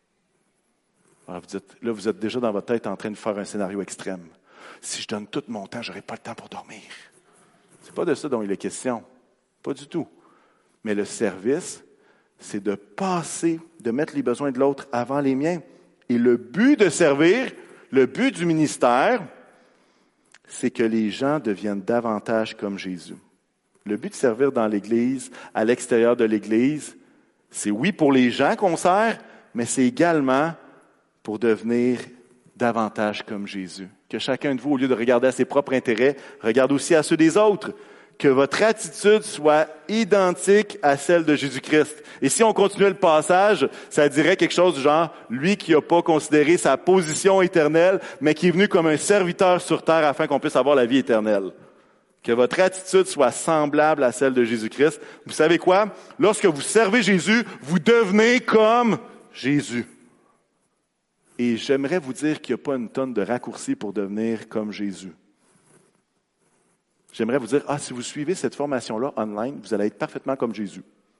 Alors vous dites, là, vous êtes déjà dans votre tête en train de faire un scénario extrême. Si je donne tout mon temps, je n'aurai pas le temps pour dormir. C'est pas de ça dont il est question. Pas du tout. Mais le service, c'est de passer, de mettre les besoins de l'autre avant les miens. Et le but de servir, le but du ministère, c'est que les gens deviennent davantage comme Jésus. Le but de servir dans l'Église, à l'extérieur de l'Église, c'est oui pour les gens qu'on sert, mais c'est également pour devenir davantage comme Jésus. Que chacun de vous, au lieu de regarder à ses propres intérêts, regarde aussi à ceux des autres. Que votre attitude soit identique à celle de Jésus-Christ. Et si on continuait le passage, ça dirait quelque chose du genre, lui qui n'a pas considéré sa position éternelle, mais qui est venu comme un serviteur sur terre afin qu'on puisse avoir la vie éternelle. Que votre attitude soit semblable à celle de Jésus-Christ. Vous savez quoi? Lorsque vous servez Jésus, vous devenez comme Jésus. Et j'aimerais vous dire qu'il n'y a pas une tonne de raccourcis pour devenir comme Jésus. J'aimerais vous dire, ah, si vous suivez cette formation-là online, vous allez être parfaitement comme Jésus.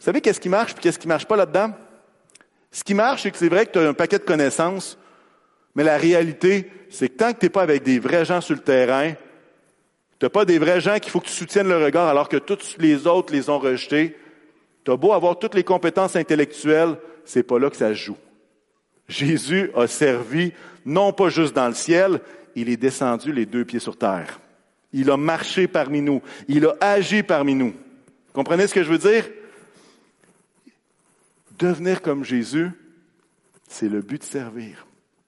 Vous savez qu'est-ce qui marche et qu'est-ce qui marche pas là-dedans? Ce qui marche, c'est que c'est vrai que tu as un paquet de connaissances, mais la réalité, c'est que tant que tu n'es pas avec des vrais gens sur le terrain, tu n'as pas des vrais gens qu'il faut que tu soutiennes le regard alors que tous les autres les ont rejetés, tu as beau avoir toutes les compétences intellectuelles, c'est pas là que ça se joue. Jésus a servi, non pas juste dans le ciel, il est descendu les deux pieds sur terre. Il a marché parmi nous. Il a agi parmi nous. Vous comprenez ce que je veux dire? Devenir comme Jésus, c'est le but de servir.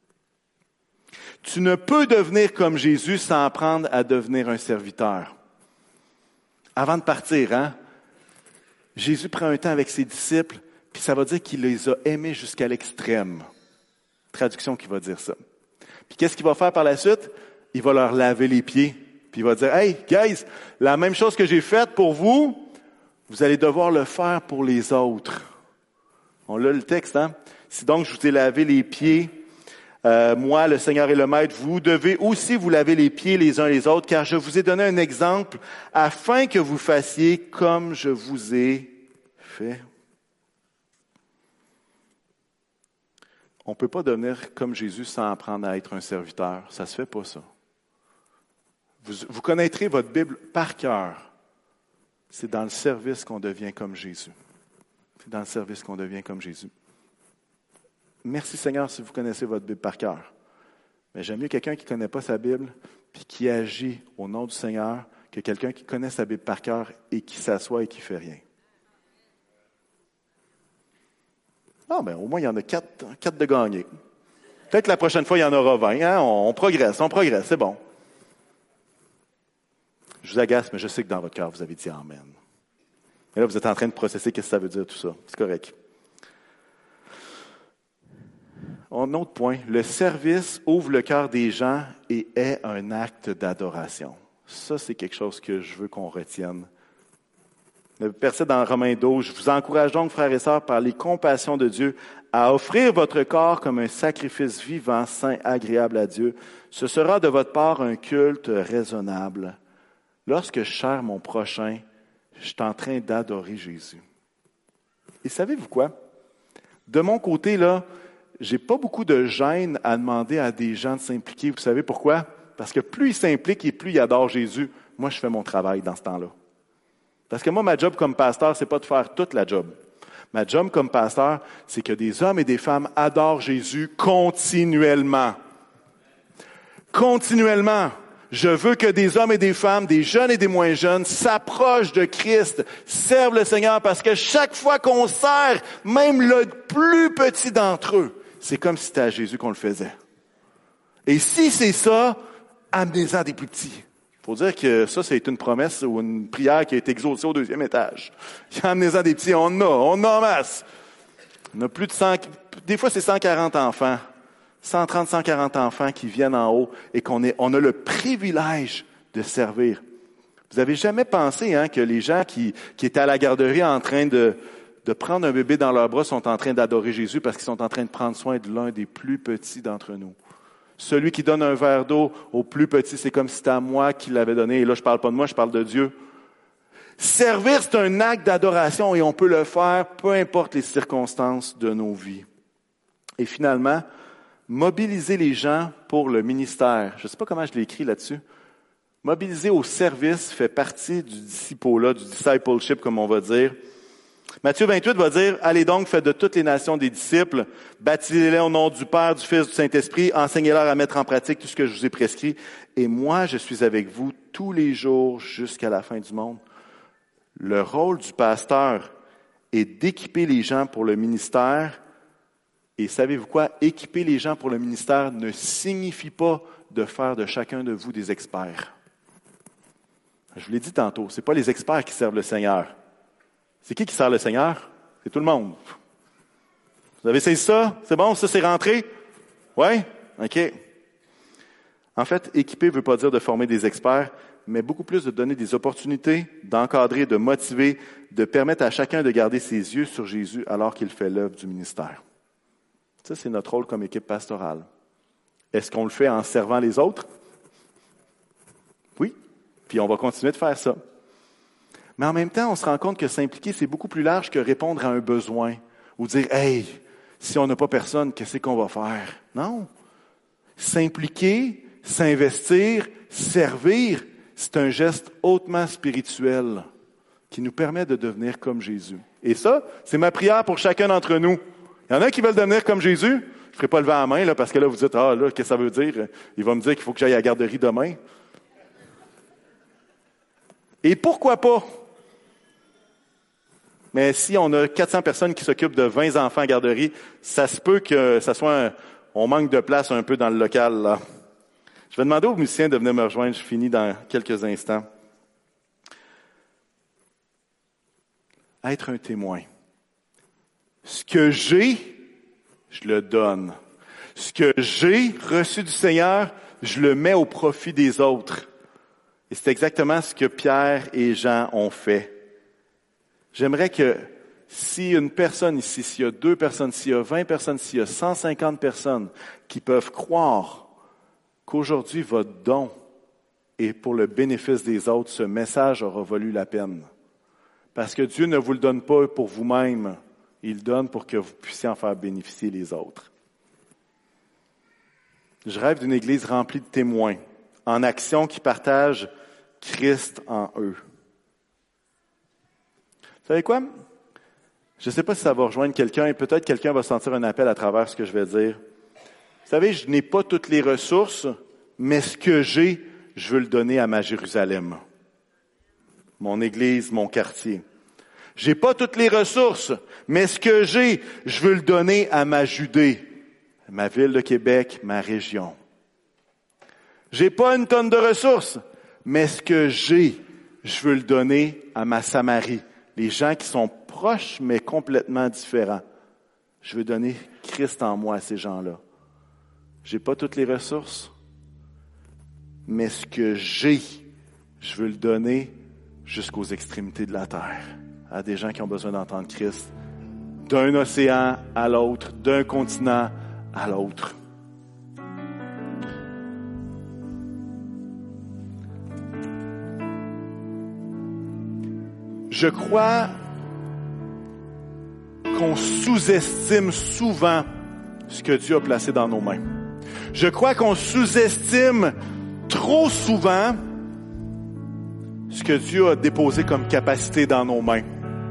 Tu ne peux devenir comme Jésus sans apprendre à devenir un serviteur. Avant de partir, hein, Jésus prend un temps avec ses disciples, puis ça va dire qu'il les a aimés jusqu'à l'extrême. Traduction qui va dire ça. Puis qu'est-ce qu'il va faire par la suite? Il va leur laver les pieds, puis il va dire, « Hey, guys, la même chose que j'ai faite pour vous, vous allez devoir le faire pour les autres. » On l'a le texte, hein? « Si donc je vous ai lavé les pieds, Euh, moi, le Seigneur et le Maître, vous devez aussi vous laver les pieds les uns les autres, car je vous ai donné un exemple afin que vous fassiez comme je vous ai fait. » On ne peut pas devenir comme Jésus sans apprendre à être un serviteur. Ça ne se fait pas, ça. Vous, vous connaîtrez votre Bible par cœur. C'est dans le service qu'on devient comme Jésus. C'est dans le service qu'on devient comme Jésus. Merci Seigneur si vous connaissez votre Bible par cœur. Mais j'aime mieux quelqu'un qui ne connaît pas sa Bible puis qui agit au nom du Seigneur que quelqu'un qui connaît sa Bible par cœur et qui s'assoit et qui ne fait rien. Ah ben au moins il y en a quatre, quatre de gagnés. Peut-être la prochaine fois il y en aura vingt. Hein? On, on progresse, on progresse, c'est bon. Je vous agace, mais je sais que dans votre cœur vous avez dit Amen. Et là vous êtes en train de processer qu'est-ce que ça veut dire tout ça. C'est correct. Un autre point, le service ouvre le cœur des gens et est un acte d'adoration. Ça, c'est quelque chose que je veux qu'on retienne. Le verset dans Romains douze, « Je vous encourage donc, frères et sœurs, par les compassions de Dieu, à offrir votre corps comme un sacrifice vivant, saint, agréable à Dieu. Ce sera de votre part un culte raisonnable. Lorsque je sers mon prochain, je suis en train d'adorer Jésus. » Et savez-vous quoi? De mon côté, là, j'ai pas beaucoup de gêne à demander à des gens de s'impliquer. Vous savez pourquoi? Parce que plus ils s'impliquent et plus ils adorent Jésus, moi, je fais mon travail dans ce temps-là. Parce que moi, ma job comme pasteur, c'est pas de faire toute la job. Ma job comme pasteur, c'est que des hommes et des femmes adorent Jésus continuellement. Continuellement. Je veux que des hommes et des femmes, des jeunes et des moins jeunes, s'approchent de Christ, servent le Seigneur, parce que chaque fois qu'on sert, même le plus petit d'entre eux, c'est comme si c'était à Jésus qu'on le faisait. Et si c'est ça, amenez-en des plus petits. Il faut dire que ça, c'est une promesse ou une prière qui a été exaucée au deuxième étage. Amenez-en des petits, on en a, on en a en masse. On a plus de cent, des fois c'est cent quarante enfants, cent trente, cent quarante enfants qui viennent en haut et qu'on est, on a le privilège de servir. Vous avez jamais pensé hein, que les gens qui, qui étaient à la garderie en train de, de prendre un bébé dans leurs bras sont en train d'adorer Jésus parce qu'ils sont en train de prendre soin de l'un des plus petits d'entre nous. Celui qui donne un verre d'eau au plus petit, c'est comme si c'était à moi qui l'avait donné. Et là, je parle pas de moi, je parle de Dieu. Servir, c'est un acte d'adoration et on peut le faire peu importe les circonstances de nos vies. Et finalement, mobiliser les gens pour le ministère. Je ne sais pas comment je l'ai écrit là-dessus. Mobiliser au service fait partie du disciple-là, du discipleship, comme on va dire. Matthieu vingt-huit va dire, « Allez donc, faites de toutes les nations des disciples, baptisez-les au nom du Père, du Fils, du Saint-Esprit, enseignez-leur à mettre en pratique tout ce que je vous ai prescrit, et moi, je suis avec vous tous les jours jusqu'à la fin du monde. » Le rôle du pasteur est d'équiper les gens pour le ministère. Et savez-vous quoi? Équiper les gens pour le ministère ne signifie pas de faire de chacun de vous des experts. Je vous l'ai dit tantôt, ce n'est pas les experts qui servent le Seigneur. C'est qui qui sert le Seigneur? C'est tout le monde. Vous avez saisi ça? C'est bon? Ça, c'est rentré? Oui? OK. En fait, équiper ne veut pas dire de former des experts, mais beaucoup plus de donner des opportunités, d'encadrer, de motiver, de permettre à chacun de garder ses yeux sur Jésus alors qu'il fait l'œuvre du ministère. Ça, c'est notre rôle comme équipe pastorale. Est-ce qu'on le fait en servant les autres? Oui. Puis on va continuer de faire ça. Mais en même temps, on se rend compte que s'impliquer, c'est beaucoup plus large que répondre à un besoin ou dire « Hey, si on n'a pas personne, qu'est-ce qu'on va faire? » Non. S'impliquer, s'investir, servir, c'est un geste hautement spirituel qui nous permet de devenir comme Jésus. Et ça, c'est ma prière pour chacun d'entre nous. Il y en a qui veulent devenir comme Jésus. Je ne ferai pas lever la main là, parce que là, vous dites « Ah, là, qu'est-ce que ça veut dire? Il va me dire qu'il faut que j'aille à la garderie demain. » Et pourquoi pas? Mais si on a quatre cents personnes qui s'occupent de vingt enfants à garderie, ça se peut que ça soit un, on manque de place un peu dans le local, là. Je vais demander aux musiciens de venir me rejoindre, je finis dans quelques instants. Être un témoin. Ce que j'ai, je le donne. Ce que j'ai reçu du Seigneur, je le mets au profit des autres. Et c'est exactement ce que Pierre et Jean ont fait. J'aimerais que si une personne ici, s'il y a deux personnes, s'il y a vingt personnes, s'il y a cent cinquante personnes qui peuvent croire qu'aujourd'hui votre don est pour le bénéfice des autres, ce message aura valu la peine. Parce que Dieu ne vous le donne pas pour vous-même, il le donne pour que vous puissiez en faire bénéficier les autres. Je rêve d'une Église remplie de témoins, en action qui partagent Christ en eux. Vous savez quoi? Je ne sais pas si ça va rejoindre quelqu'un et peut-être quelqu'un va sentir un appel à travers ce que je vais dire. Vous savez, je n'ai pas toutes les ressources, mais ce que j'ai, je veux le donner à ma Jérusalem. Mon église, mon quartier. J'ai pas toutes les ressources, mais ce que j'ai, je veux le donner à ma Judée, ma ville de Québec, ma région. J'ai pas une tonne de ressources, mais ce que j'ai, je veux le donner à ma Samarie. Les gens qui sont proches, mais complètement différents. Je veux donner Christ en moi à ces gens-là. J'ai pas toutes les ressources, mais ce que j'ai, je veux le donner jusqu'aux extrémités de la terre, à des gens qui ont besoin d'entendre Christ, d'un océan à l'autre, d'un continent à l'autre. Je crois qu'on sous-estime souvent ce que Dieu a placé dans nos mains. Je crois qu'on sous-estime trop souvent ce que Dieu a déposé comme capacité dans nos mains.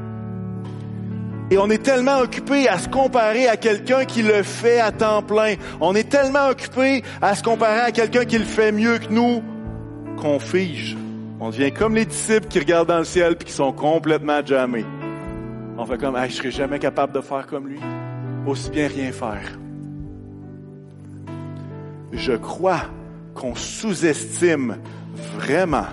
Et on est tellement occupé à se comparer à quelqu'un qui le fait à temps plein. On est tellement occupé à se comparer à quelqu'un qui le fait mieux que nous qu'on fige. On devient comme les disciples qui regardent dans le ciel et qui sont complètement jammés. On fait comme, hey, je serai jamais capable de faire comme lui. Aussi bien rien faire. Je crois qu'on sous-estime vraiment,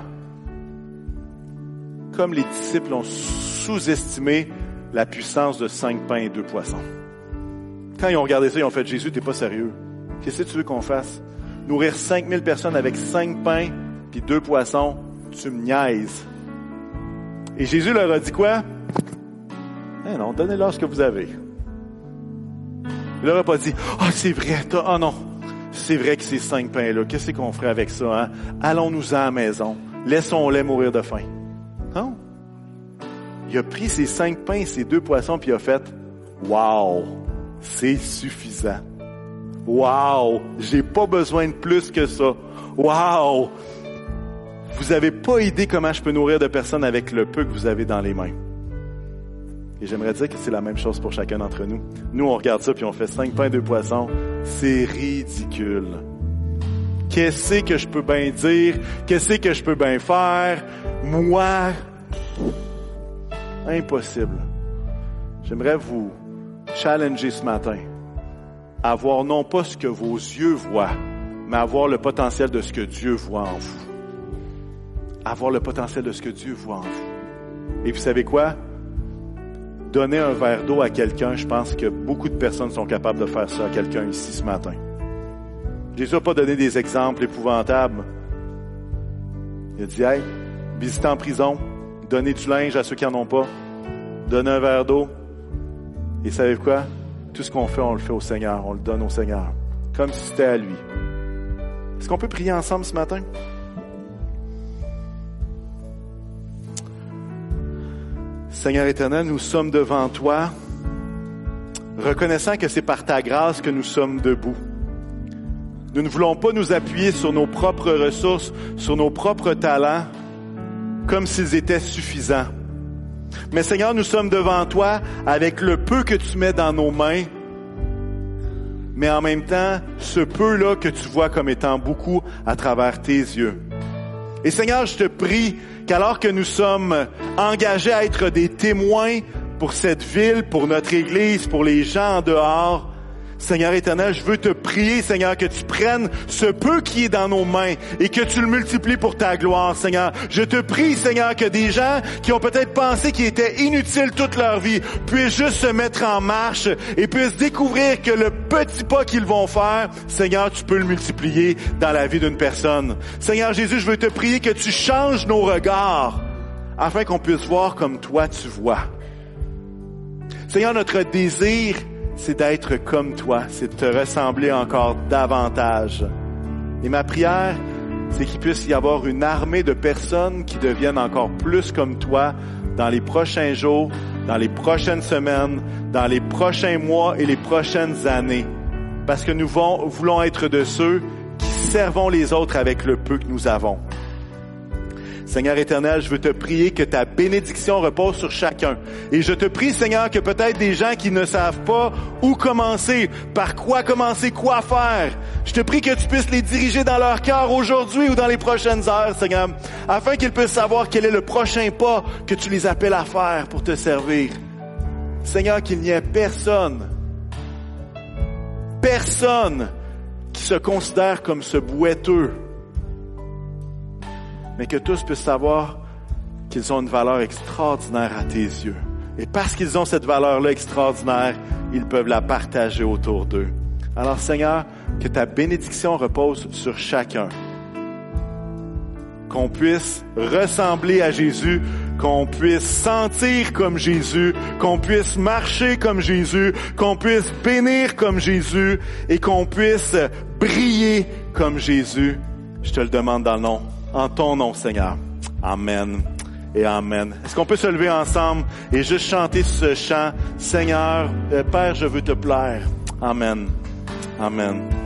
comme les disciples ont sous-estimé la puissance de cinq pains et deux poissons. Quand ils ont regardé ça, ils ont fait, Jésus, t'es pas sérieux. Qu'est-ce que tu veux qu'on fasse? Nourrir cinq mille personnes avec cinq pains puis deux poissons? Tu me niaises. Et Jésus leur a dit quoi? Eh non, donnez-leur ce que vous avez. Il leur a pas dit, ah, oh, c'est vrai, t'as, oh non, c'est vrai que ces cinq pains-là, qu'est-ce qu'on ferait avec ça, hein? Allons-nous-en à la maison. Laissons-les mourir de faim. Non. Il a pris ces cinq pains, ces deux poissons, puis il a fait, wow, c'est suffisant. Wow, j'ai pas besoin de plus que ça. Wow. Vous avez pas idée comment je peux nourrir de personnes avec le peu que vous avez dans les mains. Et j'aimerais dire que c'est la même chose pour chacun d'entre nous. Nous, on regarde ça puis on fait cinq pains, deux poissons. C'est ridicule. Qu'est-ce que je peux bien dire? Qu'est-ce que je peux bien faire? Moi, impossible. J'aimerais vous challenger ce matin à voir non pas ce que vos yeux voient, mais à voir le potentiel de ce que Dieu voit en vous. Avoir le potentiel de ce que Dieu voit en vous. Et vous savez quoi? Donner un verre d'eau à quelqu'un, je pense que beaucoup de personnes sont capables de faire ça à quelqu'un ici ce matin. Jésus n'a pas donné des exemples épouvantables. Il a dit, hey, visitez en prison, donnez du linge à ceux qui n'en ont pas, donnez un verre d'eau. Et savez-vous quoi? Tout ce qu'on fait, on le fait au Seigneur, on le donne au Seigneur, comme si c'était à lui. Est-ce qu'on peut prier ensemble ce matin? Seigneur éternel, nous sommes devant toi, reconnaissant que c'est par ta grâce que nous sommes debout. Nous ne voulons pas nous appuyer sur nos propres ressources, sur nos propres talents, comme s'ils étaient suffisants. Mais Seigneur, nous sommes devant toi avec le peu que tu mets dans nos mains, mais en même temps, ce peu-là que tu vois comme étant beaucoup à travers tes yeux. Et Seigneur, je te prie qu'alors que nous sommes engagés à être des témoins pour cette ville, pour notre Église, pour les gens en dehors, Seigneur éternel, je veux te prier, Seigneur, que tu prennes ce peu qui est dans nos mains et que tu le multiplies pour ta gloire, Seigneur. Je te prie, Seigneur, que des gens qui ont peut-être pensé qu'ils étaient inutiles toute leur vie puissent juste se mettre en marche et puissent découvrir que le petit pas qu'ils vont faire, Seigneur, tu peux le multiplier dans la vie d'une personne. Seigneur Jésus, je veux te prier que tu changes nos regards afin qu'on puisse voir comme toi tu vois. Seigneur, notre désir, c'est d'être comme toi, c'est de te ressembler encore davantage. Et ma prière, c'est qu'il puisse y avoir une armée de personnes qui deviennent encore plus comme toi dans les prochains jours, dans les prochaines semaines, dans les prochains mois et les prochaines années. Parce que nous voulons être de ceux qui servons les autres avec le peu que nous avons. Seigneur éternel, je veux te prier que ta bénédiction repose sur chacun. Et je te prie, Seigneur, que peut-être des gens qui ne savent pas où commencer, par quoi commencer, quoi faire, je te prie que tu puisses les diriger dans leur cœur aujourd'hui ou dans les prochaines heures, Seigneur, afin qu'ils puissent savoir quel est le prochain pas que tu les appelles à faire pour te servir. Seigneur, qu'il n'y ait personne, personne qui se considère comme ce boiteux, mais que tous puissent savoir qu'ils ont une valeur extraordinaire à tes yeux. Et parce qu'ils ont cette valeur-là extraordinaire, ils peuvent la partager autour d'eux. Alors Seigneur, que ta bénédiction repose sur chacun. Qu'on puisse ressembler à Jésus, qu'on puisse sentir comme Jésus, qu'on puisse marcher comme Jésus, qu'on puisse bénir comme Jésus et qu'on puisse briller comme Jésus. Je te le demande dans le nom. En ton nom, Seigneur. Amen et Amen. Est-ce qu'on peut se lever ensemble et juste chanter ce chant? Seigneur, Père, je veux te plaire. Amen. Amen.